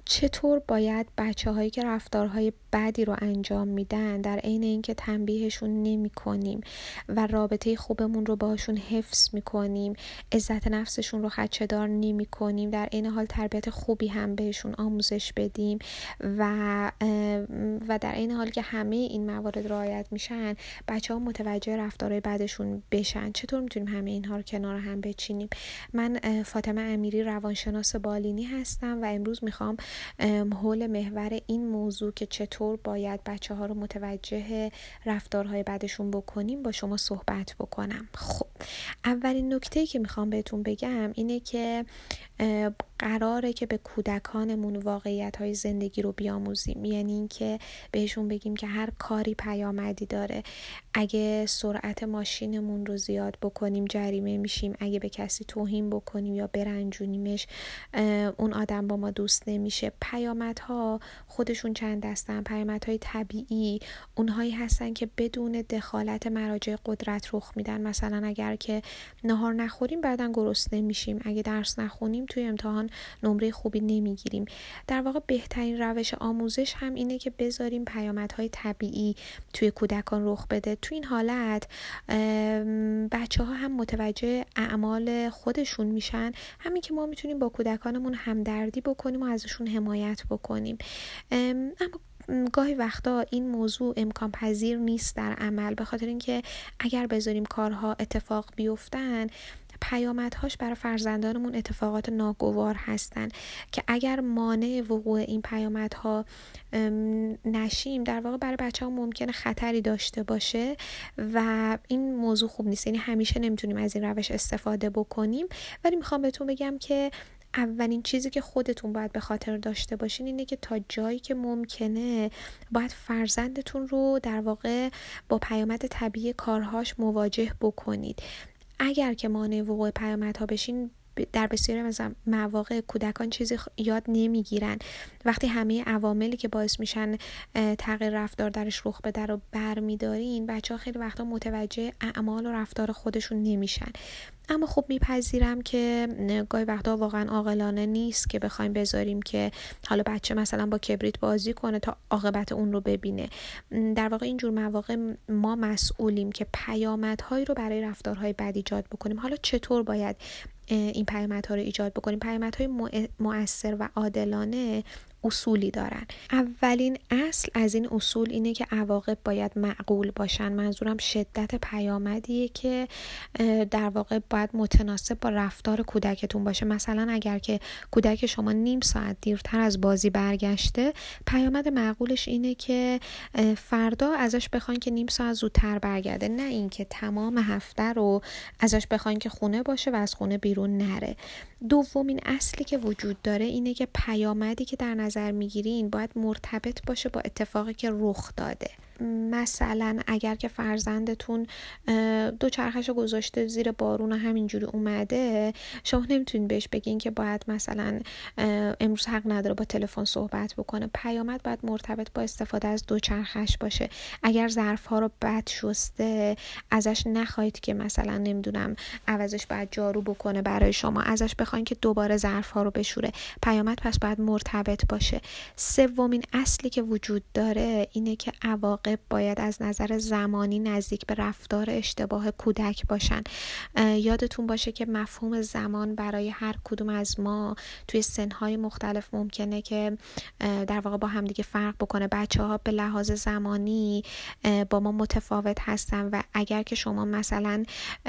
چطور باید بچه‌هایی که رفتارهای بدی رو انجام میدن در عین اینکه تنبیهشون نمی‌کنیم و رابطه خوبمون رو باشون حفظ می‌کنیم، عزت نفسشون رو خدشه‌دار نمی‌کنیم، در عین حال تربیت خوبی هم بهشون آموزش بدیم و در عین حال که همه این موارد رعایت میشن، بچه‌ها متوجه رفتارهای بدشون بشن. چطور میتونیم همه اینها رو کنار هم بچینیم؟ من فاطمه امیری، روانشناس بالینی هستم و امروز میخوام حول محور این موضوع که چطور باید بچه‌ها رو متوجه رفتارهای بدشون بکنیم با شما صحبت بکنم. خب، اولین نکته‌ای که میخوام بهتون بگم اینه که قراره که به کودکانمون واقعیت‌های زندگی رو بیاموزیم. یعنی اینکه بهشون بگیم که هر کاری پیامدی داره. اگه سرعت ماشینمون رو زیاد بکنیم جریمه میشیم، اگه به کسی توهین بکنیم یا برنجونیمش اون آدم با ما دوست نمیشه. پیامدها خودشون چند دستن. پیامدهای طبیعی اونهایی هستن که بدون دخالت مراجع قدرت رخ میدن. مثلا اگر که نهار نخوریم بعدن گرسنه میشیم، اگه درس نخونیم توی امتحان نمره خوبی نمیگیریم. در واقع بهترین روش آموزش هم اینه که بذاریم پیامدهای طبیعی توی کودکان رخ بده. توی این حالت بچه‌ها هم متوجه اعمال خودشون میشن، همین که ما میتونیم با کودکانمون همدردی بکنیم و ازشون حمایت بکنیم. اما گاهی وقتا این موضوع امکان پذیر نیست در عمل، به خاطر اینکه اگر بذاریم کارها اتفاق بیفتن پیامدهاش برای فرزندانمون اتفاقات ناگوار هستن که اگر مانع وقوع این پیامدها نشیم در واقع برای بچه‌ها ممکنه خطری داشته باشه و این موضوع خوب نیست. یعنی همیشه نمیتونیم از این روش استفاده بکنیم، ولی میخوام بهتون بگم که اولین چیزی که خودتون باید به خاطر داشته باشین اینه که تا جایی که ممکنه باید فرزندتون رو در واقع با پیامد طبیعی کارهاش مواجه بکنید. اگر که مانع وقوع پیامدها بشین در بسیاری مثلا مواقع کودکان چیزی یاد نمیگیرن. وقتی همه عواملی که باعث میشن تغییر رفتار درش رخ بده رو برمیدارین، بچه‌ها خیلی وقتا متوجه اعمال و رفتار خودشون نمیشن. اما خب میپذیرم که گاهی وقتا واقعا عاقلانه نیست که بخوایم بذاریم که حالا بچه مثلا با کبریت بازی کنه تا عاقبت اون رو ببینه. در واقع اینجور مواقع ما مسئولیم که پیامدهایی رو برای رفتارهای بد ایجاد بکنیم. حالا چطور باید این پیامدها رو ایجاد بکنیم؟ پیامدهای مؤثر و عادلانه اصولی دارن. اولین اصل از این اصول اینه که عواقب باید معقول باشن. منظورم شدت پیامدیه که در واقع باید متناسب با رفتار کودکتون باشه. مثلا اگر که کودک شما نیم ساعت دیرتر از بازی برگشته، پیامد معقولش اینه که فردا ازش بخواین که نیم ساعت زودتر برگرده، نه اینکه تمام هفته رو ازش بخواین که خونه باشه و از خونه بیرون نره. دومین اصلی که وجود داره اینه که پیامدی که در نظر میگیرین باید مرتبط باشه با اتفاقی که رخ داده. مثلا اگر که فرزندتون دوچرخه‌شو گذاشته زیر بارون و همینجوری اومده، شما نمیتونین بهش بگین که باید مثلا امروز حق نداره با تلفن صحبت بکنه. پیامد باید مرتبط با استفاده از دوچرخه‌اش باشه. اگر ظرف‌ها رو بد شسته، ازش نخواهید که مثلا نمیدونم عوضش باید جارو بکنه برای شما، ازش بخواید که دوباره ظرف‌ها رو بشوره. پیامد پس باید مرتبط باشه. سومین اصلی که وجود داره اینه که عواقب باید از نظر زمانی نزدیک به رفتار اشتباه کودک باشن. یادتون باشه که مفهوم زمان برای هر کدوم از ما توی سنهای مختلف ممکنه که در واقع با هم دیگه فرق بکنه. بچه‌ها به لحاظ زمانی با ما متفاوت هستن و اگر که شما مثلا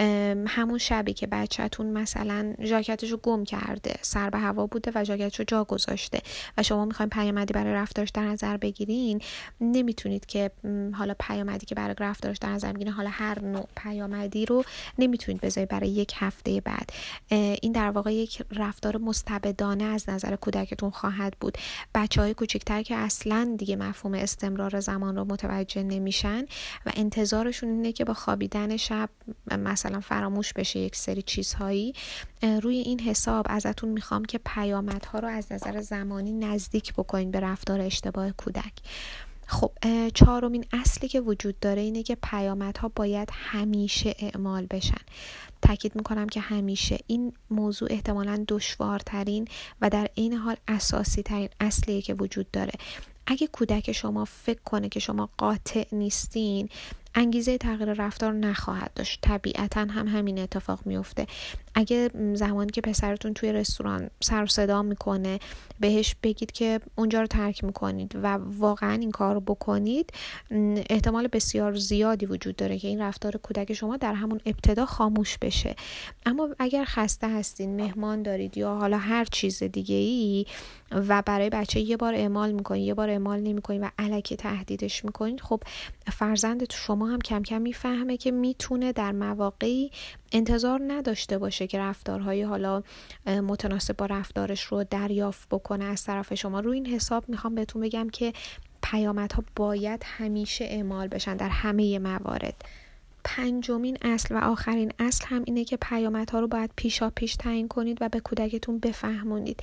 همون شبی که بچه‌تون مثلا ژاکتشو گم کرده، سر به هوا بوده و ژاکتشو جا گذاشته و شما میخواین پیامدی برای رفتارش در نظر بگیرین، نمیتونید که حالا پیامدی که برای رفتارش در نظر میگیرین، حالا هر نوع پیامدی رو نمیتونید بذارید برای یک هفته بعد. این در واقع یک رفتار مستبدانه از نظر کودکتون خواهد بود. بچهای کوچکتر که اصلا دیگه مفهوم استمرار زمان رو متوجه نمیشن و انتظارشون اینه که با خوابیدن شب مثلا فراموش بشه یک سری چیزهایی، روی این حساب ازتون میخوام که پیامدها رو از نظر زمانی نزدیک بکنین به رفتار اشتباه کودک. خب، چهارمین اصلی که وجود داره اینه که پیامدها باید همیشه اعمال بشن. تاکید میکنم که همیشه این موضوع احتمالاً دشوارترین و در عین حال اساسی ترین اصلیه که وجود داره. اگه کودک شما فکر کنه که شما قاطع نیستین، انگیزه تغییر رفتار نخواهد داشت. طبیعتاً هم همین اتفاق میفته. اگه زمانی که پسرتون توی رستوران سر و صدا میکنه بهش بگید که اونجا رو ترک میکنید و واقعا این کار رو بکنید، احتمال بسیار زیادی وجود داره که این رفتار کودک شما در همون ابتدا خاموش بشه. اما اگر خسته هستین، مهمان دارید یا حالا هر چیز دیگه ای و برای بچه یه بار اعمال میکنید، یه بار اعمال نمیکنید و الکی تهدیدش میکنید، خب فرزند شما هم کم کم میفهمه که میتونه در مواقعی انتظار نداشته باشه که رفتارهای حالا متناسب با رفتارش رو دریافت بکنه از طرف شما. روی این حساب میخوام بهتون بگم که پیامدها باید همیشه اعمال بشن در همه موارد. پنجمین اصل و آخرین اصل هم اینه که پیامدها رو باید پیشا پیش تعیین کنید و به کودکتون بفهمونید.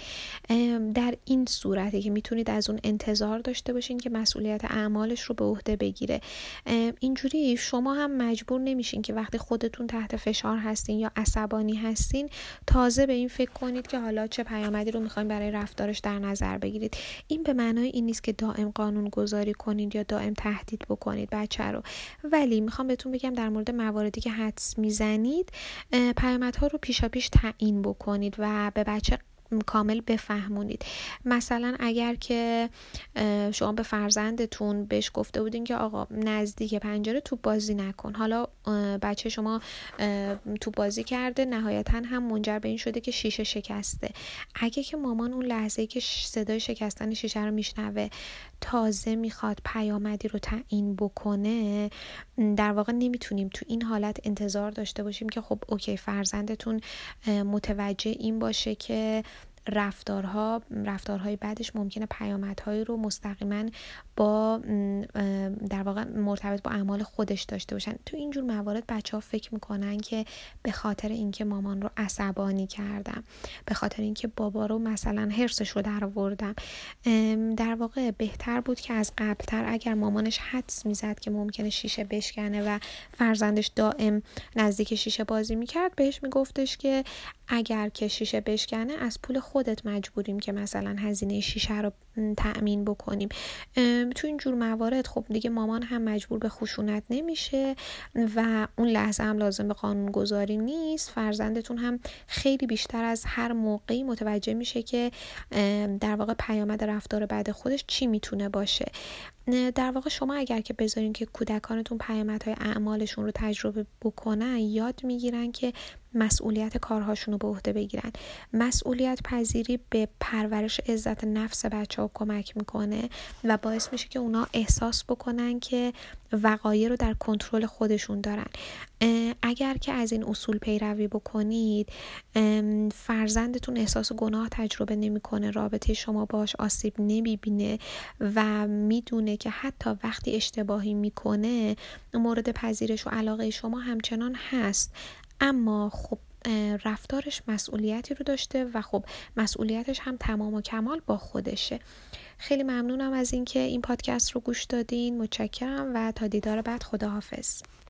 در این صورتی که میتونید از اون انتظار داشته باشین که مسئولیت اعمالش رو به عهده بگیره. اینجوری شما هم مجبور نمیشین که وقتی خودتون تحت فشار هستین یا عصبانی هستین تازه به این فکر کنید که حالا چه پیامدی رو میخواین برای رفتارش در نظر بگیرید. این به معنای این نیست که دائم قانون گذاری کنید یا دائم تهدید بکنید بچه رو، ولی میخوام بهتون بگم در مورد مواردی که حدس میزنید پیامدها رو پیشا پیش تعیین بکنید و به بچه کامل بفهمونید. مثلا اگر که شما به فرزندتون بهش گفته بودین که آقا نزدیک پنجره توپ بازی نکن، حالا بچه شما توپ بازی کرده، نهایتا هم منجر به این شده که شیشه شکسته. اگه که مامان اون لحظه‌ای که صدای شکستن شیشه رو میشنوه تازه میخواد پیامدی رو تعیین بکنه، در واقع نمیتونیم تو این حالت انتظار داشته باشیم که خب اوکی فرزندتون متوجه این باشه که رفتارهای بعدش ممکنه پیامدهایی رو مستقیما با در واقع مرتبط با اعمال خودش داشته باشن. تو اینجور موارد بچه‌ها فکر میکنن که به خاطر اینکه مامان رو عصبانی کردم، به خاطر اینکه بابا رو مثلا حرصش رو در آوردم. در واقع بهتر بود که از قبلتر اگر مامانش حدس میزد که ممکنه شیشه بشکنه و فرزندش دائم نزدیک شیشه بازی میکرد، بهش میگفتش که اگر که شیشه بشکنه از پول خودت مجبوریم که مثلا هزینه شیشه رو تأمین بکنیم. تو این جور موارد خب دیگه مامان هم مجبور به خشونت نمیشه و اون لحظه هم لازم به قانون گذاری نیست. فرزندتون هم خیلی بیشتر از هر موقعی متوجه میشه که در واقع پیامد رفتار بعد خودش چی میتونه باشه. در واقع شما اگر که بذارین که کودکانتون پیامدهای اعمالشون رو تجربه بکنن، یاد میگیرن که مسئولیت کارهاشون رو به عهده بگیرن. مسئولیت پذیری به پرورش عزت نفس بچه‌ها کمک میکنه و باعث میشه که اونا احساس بکنن که وقایع رو در کنترل خودشون دارن. اگر که از این اصول پیروی بکنید، فرزندتون احساس گناه تجربه نمیکنه، رابطه شما باش آسیب نمیبینه و میدونه که حتی وقتی اشتباهی میکنه مورد پذیرش و علاقه شما همچنان هست، اما خب رفتارش مسئولیتی رو داشته و خب مسئولیتش هم تمام و کمال با خودشه. خیلی ممنونم از اینکه این پادکست رو گوش دادین. متشکرم و تا دیدار بعد، خداحافظ.